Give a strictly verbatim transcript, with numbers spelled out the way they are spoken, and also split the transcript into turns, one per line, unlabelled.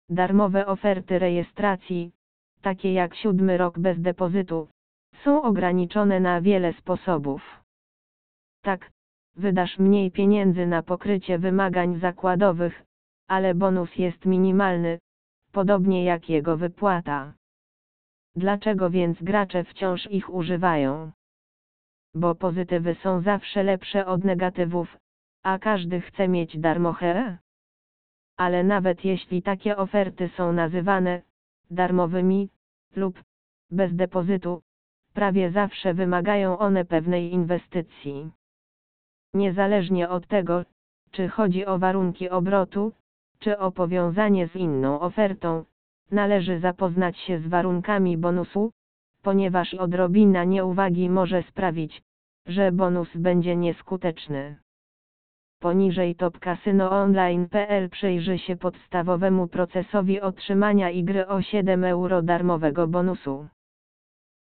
Darmowe oferty rejestracji, takie jak siódmy rok bez depozytu, są ograniczone na wiele sposobów. Tak, wydasz mniej pieniędzy na pokrycie wymagań zakładowych, ale bonus jest minimalny, podobnie jak jego wypłata. Dlaczego więc gracze wciąż ich używają? Bo pozytywy są zawsze lepsze od negatywów, a każdy chce mieć darmochę. Ale nawet jeśli takie oferty są nazywane darmowymi lub bez depozytu, prawie zawsze wymagają one pewnej inwestycji. Niezależnie od tego, czy chodzi o warunki obrotu, czy o powiązanie z inną ofertą, należy zapoznać się z warunkami bonusu, ponieważ odrobina nieuwagi może sprawić, że bonus będzie nieskuteczny. Poniżej top casino online kropka p l przyjrzy się podstawowemu procesowi otrzymania i gry o siedem euro darmowego bonusu.